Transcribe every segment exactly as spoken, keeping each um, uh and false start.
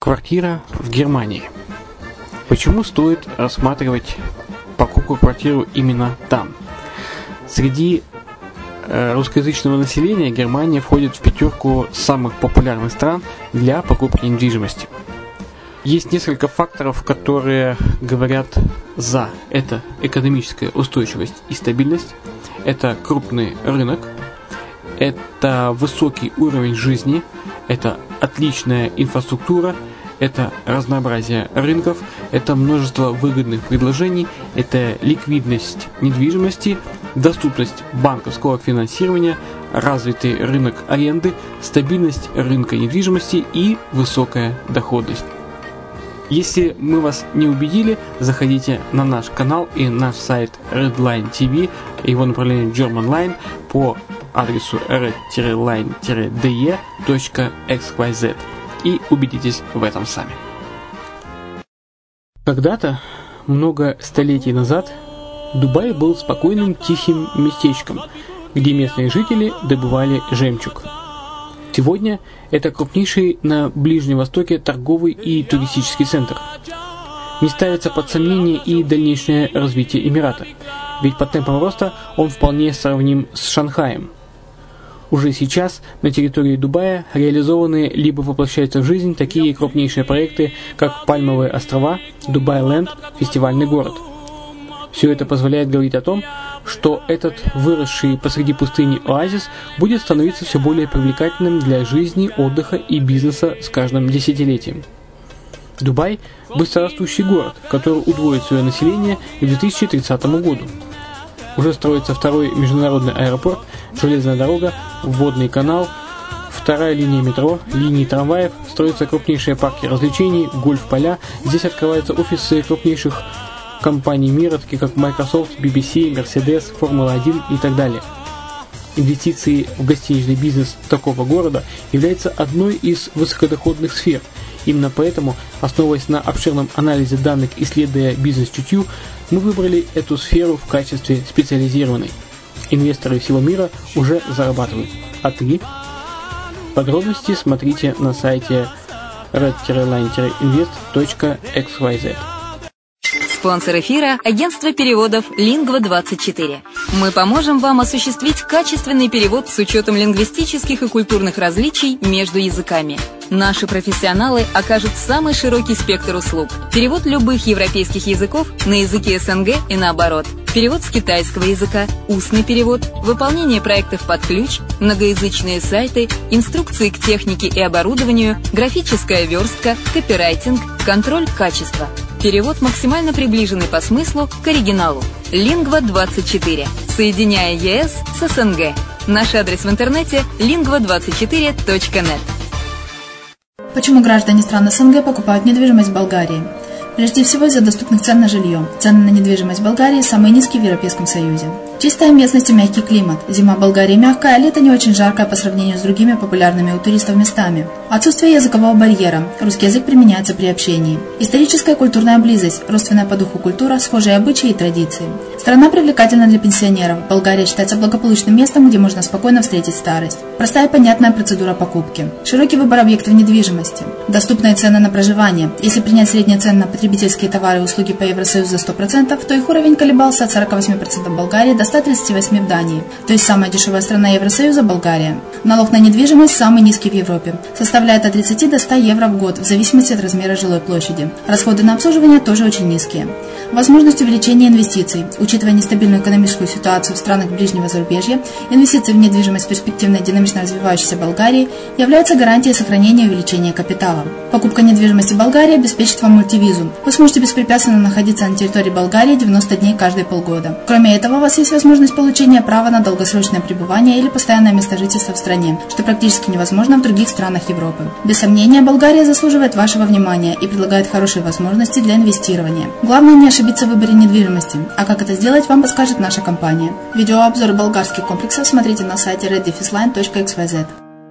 Квартира в Германии. Почему стоит рассматривать покупку квартиры именно там? Среди э, русскоязычного населения Германия входит в пятерку самых популярных стран для покупки недвижимости. Есть несколько факторов, которые говорят за. Это экономическая устойчивость и стабильность, это крупный рынок, это высокий уровень жизни, это отличная инфраструктура, это разнообразие рынков, это множество выгодных предложений, это ликвидность недвижимости, доступность банковского финансирования, развитый рынок аренды, стабильность рынка недвижимости и высокая доходность. Если мы вас не убедили, заходите на наш канал и наш сайт Redline ти ви, его направление Germanline по адресу red line de точка экс уай зет и убедитесь в этом сами. Когда-то, много столетий назад, Дубай был спокойным тихим местечком, где местные жители добывали жемчуг. Сегодня это крупнейший на Ближнем Востоке торговый и туристический центр. Не ставится под сомнение и дальнейшее развитие Эмирата, ведь по темпам роста он вполне сравним с Шанхаем. Уже сейчас на территории Дубая реализованы либо воплощаются в жизнь такие крупнейшие проекты, как Пальмовые острова, Дубай-Ленд, фестивальный город. Все это позволяет говорить о том, что этот выросший посреди пустыни оазис будет становиться все более привлекательным для жизни, отдыха и бизнеса с каждым десятилетием. Дубай – быстрорастущий город, который удвоит свое население к две тысячи тридцатому году. Уже строится второй международный аэропорт, железная дорога, водный канал, вторая линия метро, линии трамваев, строятся крупнейшие парки развлечений, гольф-поля. Здесь открываются офисы крупнейших компаний мира, таких как Microsoft, би би си, Mercedes, Формула один и так далее. Инвестиции в гостиничный бизнес такого города являются одной из высокодоходных сфер. Именно поэтому, основываясь на обширном анализе данных, исследуя бизнес-чутью, мы выбрали эту сферу в качестве специализированной. Инвесторы всего мира уже зарабатывают. А ты? Подробности смотрите на сайте red line invest точка экс уай зет. Спонсор эфира – агентство переводов Lingva двадцать четыре. Мы поможем вам осуществить качественный перевод с учетом лингвистических и культурных различий между языками. Наши профессионалы окажут самый широкий спектр услуг. Перевод любых европейских языков на языки эс эн гэ и наоборот. Перевод с китайского языка, устный перевод, выполнение проектов под ключ, многоязычные сайты, инструкции к технике и оборудованию, графическая верстка, копирайтинг, контроль качества. Перевод максимально приближенный по смыслу к оригиналу. Lingva двадцать четыре. Соединяя е эс с эс эн гэ. Наш адрес в интернете lingva двадцать четыре точка нет. Почему граждане стран эс эн гэ покупают недвижимость в Болгарии? Прежде всего из-за доступных цен на жилье. Цены на недвижимость в Болгарии самые низкие в Европейском Союзе. Чистая местность и мягкий климат. Зима в Болгарии мягкая, а лето не очень жаркое по сравнению с другими популярными у туристов местами. Отсутствие языкового барьера. Русский язык применяется при общении. Историческая и культурная близость. Родственная по духу культура, схожие обычаи и традиции. Страна привлекательна для пенсионеров. Болгария считается благополучным местом, где можно спокойно встретить старость. Простая и понятная процедура покупки. Широкий выбор объектов недвижимости. Доступные цены на проживание. Если принять средние цены на потребительские товары и услуги по Евросоюзу за сто процентов, то их уровень колебался от сорок восемь процентов в Болгарии до ста тридцати восьми процентов в Дании. То есть самая дешевая страна Евросоюза – Болгария. Налог на недвижимость самый низкий в Европе. Составляет от тридцати до ста евро в год, в зависимости от размера жилой площади. Расходы на обслуживание тоже очень низкие. Возможность увеличения инвестиций. Учитывая нестабильную экономическую ситуацию в странах ближнего зарубежья, инвестиции в недвижимость в перспективной динамично развивающейся Болгарии являются гарантией сохранения и увеличения капитала. Покупка недвижимости в Болгарии обеспечит вам мультивизу. Вы сможете беспрепятственно находиться на территории Болгарии девяносто дней каждые полгода. Кроме этого, у вас есть возможность получения права на долгосрочное пребывание или постоянное место жительства в стране, что практически невозможно в других странах Европы. Без сомнения, Болгария заслуживает вашего внимания и предлагает хорошие возможности для инвестирования. Главное не ошибиться в выборе недвижимости, а как это сделать, вам подскажет наша компания. Видеообзор болгарских комплексов смотрите на сайте red line точка экс уай зет.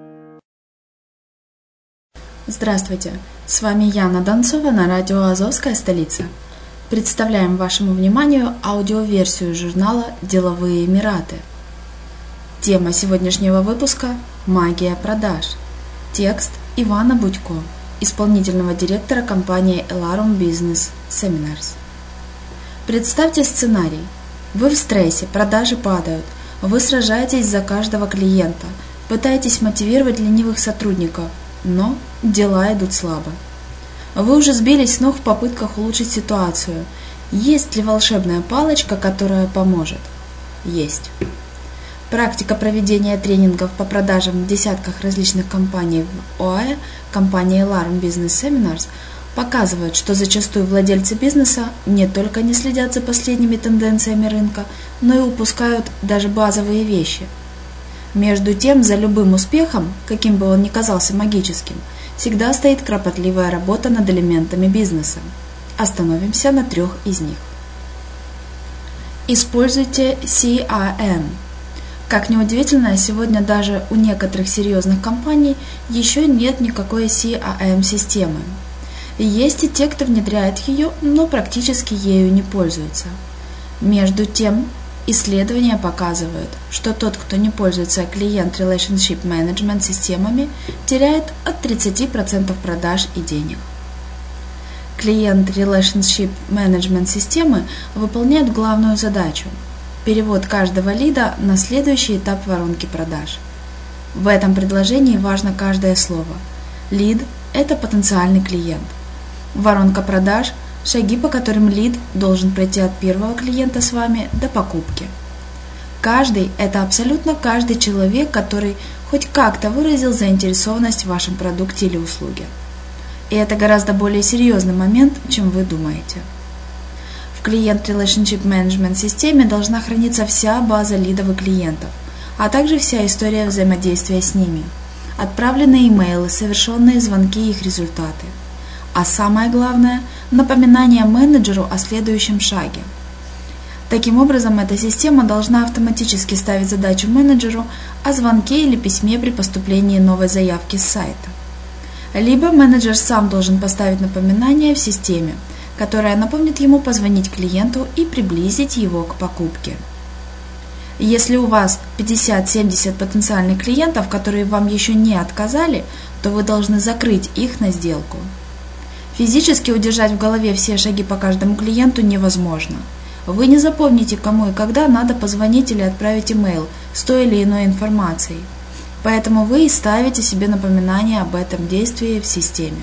Здравствуйте, с вами Яна Донцова на радио «Азовская столица». Представляем вашему вниманию аудиоверсию журнала «Деловые Эмираты». Тема сегодняшнего выпуска – «Магия продаж». Текст Ивана Будько. исполнительного директора компании Elarum Business Seminars. Представьте сценарий. Вы в стрессе, продажи падают, вы сражаетесь за каждого клиента, пытаетесь мотивировать ленивых сотрудников, но дела идут слабо. Вы уже сбились с ног в попытках улучшить ситуацию. Есть ли волшебная палочка, которая поможет? Есть. Практика проведения тренингов по продажам в десятках различных компаний в ОАЭ, компании Elarum Business Seminars, показывает, что зачастую владельцы бизнеса не только не следят за последними тенденциями рынка, но и упускают даже базовые вещи. Между тем, за любым успехом, каким бы он ни казался магическим, всегда стоит кропотливая работа над элементами бизнеса. Остановимся на трех из них. Используйте си ар эм. Как ни удивительно, сегодня даже у некоторых серьезных компаний еще нет никакой си ар эм-системы. Есть и те, кто внедряет ее, но практически ею не пользуется. Между тем, исследования показывают, что тот, кто не пользуется Client Relationship Management системами, теряет от тридцати процентов продаж и денег. Client Relationship Management системы выполняют главную задачу – перевод каждого лида на следующий этап воронки продаж. В этом предложении важно каждое слово. Лид – это потенциальный клиент. Воронка продаж – шаги, по которым лид должен пройти от первого клиента с вами до покупки. Каждый – это абсолютно каждый человек, который хоть как-то выразил заинтересованность в вашем продукте или услуге. И это гораздо более серьезный момент, чем вы думаете. В Client Relationship Management системе должна храниться вся база лидов и клиентов, а также вся история взаимодействия с ними, отправленные имейлы, совершенные звонки и их результаты. А самое главное – напоминание менеджеру о следующем шаге. Таким образом, эта система должна автоматически ставить задачу менеджеру о звонке или письме при поступлении новой заявки с сайта. Либо менеджер сам должен поставить напоминание в системе, которая напомнит ему позвонить клиенту и приблизить его к покупке. Если у вас пятьдесят-семьдесят потенциальных клиентов, которые вам еще не отказали, то вы должны закрыть их на сделку. Физически удержать в голове все шаги по каждому клиенту невозможно. Вы не запомните, кому и когда надо позвонить или отправить имейл с той или иной информацией. Поэтому вы и ставите себе напоминание об этом действии в системе.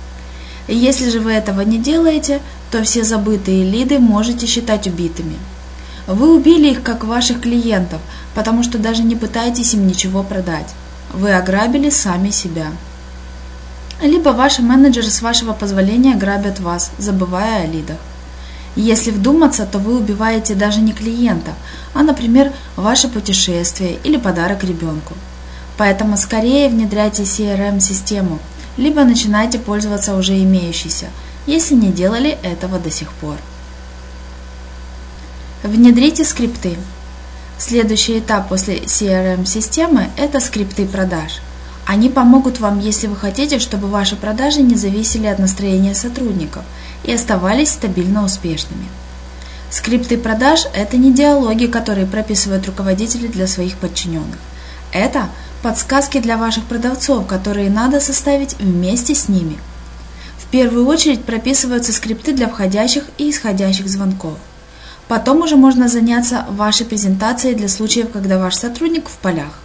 И если же вы этого не делаете, то все забытые лиды можете считать убитыми. Вы убили их как ваших клиентов, потому что даже не пытаетесь им ничего продать. Вы ограбили сами себя. Либо ваши менеджеры с вашего позволения грабят вас, забывая о лидах. Если вдуматься, то вы убиваете даже не клиента, а, например, ваше путешествие или подарок ребенку. Поэтому скорее внедряйте си ар эм-систему, либо начинайте пользоваться уже имеющейся, если не делали этого до сих пор. Внедрите скрипты. Следующий этап после си ар эм-системы – это скрипты продаж. Они помогут вам, если вы хотите, чтобы ваши продажи не зависели от настроения сотрудников и оставались стабильно успешными. Скрипты продаж – это не диалоги, которые прописывают руководители для своих подчиненных. Это подсказки для ваших продавцов, которые надо составить вместе с ними. В первую очередь прописываются скрипты для входящих и исходящих звонков. Потом уже можно заняться вашей презентацией для случаев, когда ваш сотрудник в полях.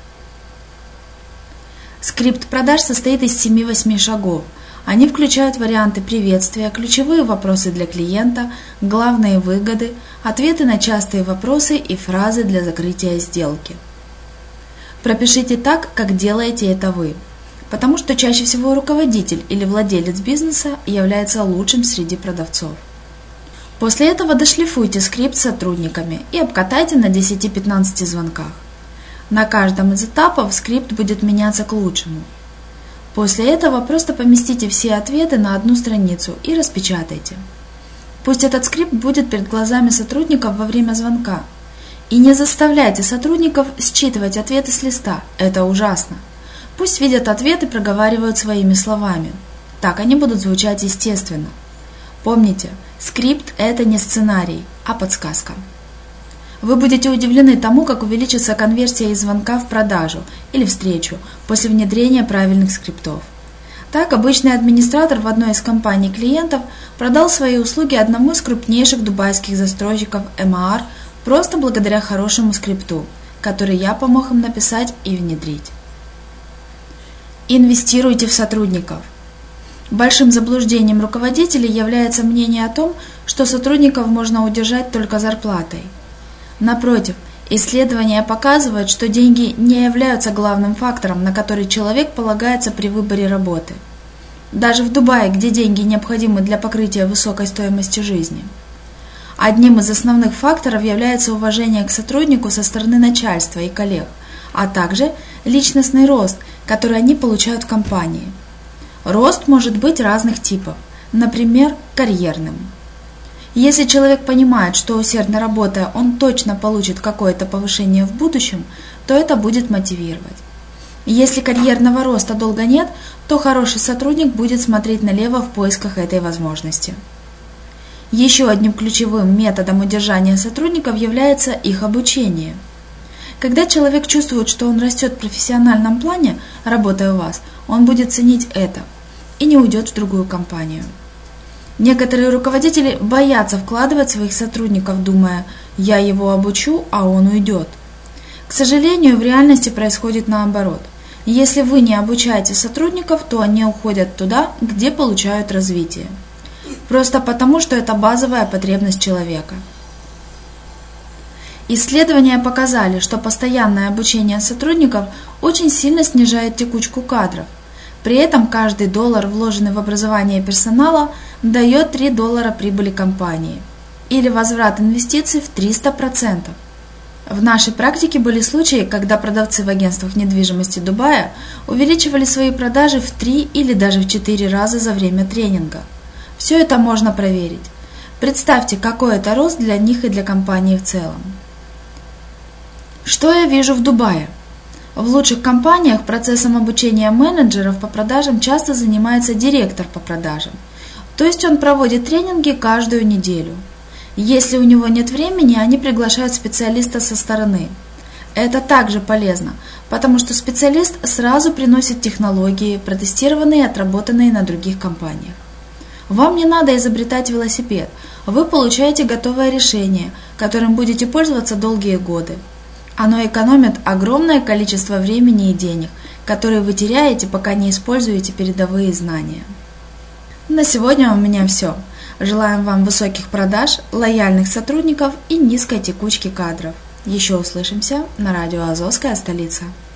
Скрипт продаж состоит из семи-восьми шагов. Они включают варианты приветствия, ключевые вопросы для клиента, главные выгоды, ответы на частые вопросы и фразы для закрытия сделки. Пропишите так, как делаете это вы, потому что чаще всего руководитель или владелец бизнеса является лучшим среди продавцов. После этого дошлифуйте скрипт с сотрудниками и обкатайте на десяти-пятнадцати звонках. На каждом из этапов скрипт будет меняться к лучшему. После этого просто поместите все ответы на одну страницу и распечатайте. Пусть этот скрипт будет перед глазами сотрудников во время звонка. И не заставляйте сотрудников считывать ответы с листа, это ужасно. Пусть видят ответы и проговаривают своими словами. Так они будут звучать естественно. Помните, скрипт – это не сценарий, а подсказка. Вы будете удивлены тому, как увеличится конверсия из звонка в продажу или встречу после внедрения правильных скриптов. Так, обычный администратор в одной из компаний клиентов продал свои услуги одному из крупнейших дубайских застройщиков эм а эр просто благодаря хорошему скрипту, который я помог им написать и внедрить. Инвестируйте в сотрудников. Большим заблуждением руководителей является мнение о том, что сотрудников можно удержать только зарплатой. Напротив, исследования показывают, что деньги не являются главным фактором, на который человек полагается при выборе работы. Даже в Дубае, где деньги необходимы для покрытия высокой стоимости жизни. Одним из основных факторов является уважение к сотруднику со стороны начальства и коллег, а также личностный рост, который они получают в компании. Рост может быть разных типов, например, карьерным. Если человек понимает, что усердно работая, он точно получит какое-то повышение в будущем, то это будет мотивировать. Если карьерного роста долго нет, то хороший сотрудник будет смотреть налево в поисках этой возможности. Еще одним ключевым методом удержания сотрудников является их обучение. Когда человек чувствует, что он растет в профессиональном плане, работая у вас, он будет ценить это и не уйдет в другую компанию. Некоторые руководители боятся вкладывать своих сотрудников, думая: «Я его обучу, а он уйдет». К сожалению, в реальности происходит наоборот. Если вы не обучаете сотрудников, то они уходят туда, где получают развитие. Просто потому, что это базовая потребность человека. Исследования показали, что постоянное обучение сотрудников очень сильно снижает текучку кадров. При этом каждый доллар, вложенный в образование персонала, дает три доллара прибыли компании, или возврат инвестиций в триста процентов. В нашей практике были случаи, когда продавцы в агентствах недвижимости Дубая увеличивали свои продажи в три или даже в четыре раза за время тренинга. Все это можно проверить. Представьте, какой это рост для них и для компании в целом. Что я вижу в Дубае? В лучших компаниях процессом обучения менеджеров по продажам часто занимается директор по продажам. То есть он проводит тренинги каждую неделю. Если у него нет времени, они приглашают специалиста со стороны. Это также полезно, потому что специалист сразу приносит технологии, протестированные и отработанные на других компаниях. Вам не надо изобретать велосипед, вы получаете готовое решение, которым будете пользоваться долгие годы. Оно экономит огромное количество времени и денег, которые вы теряете, пока не используете передовые знания. На сегодня у меня все. Желаем вам высоких продаж, лояльных сотрудников и низкой текучки кадров. Еще услышимся на радио «Азовская столица».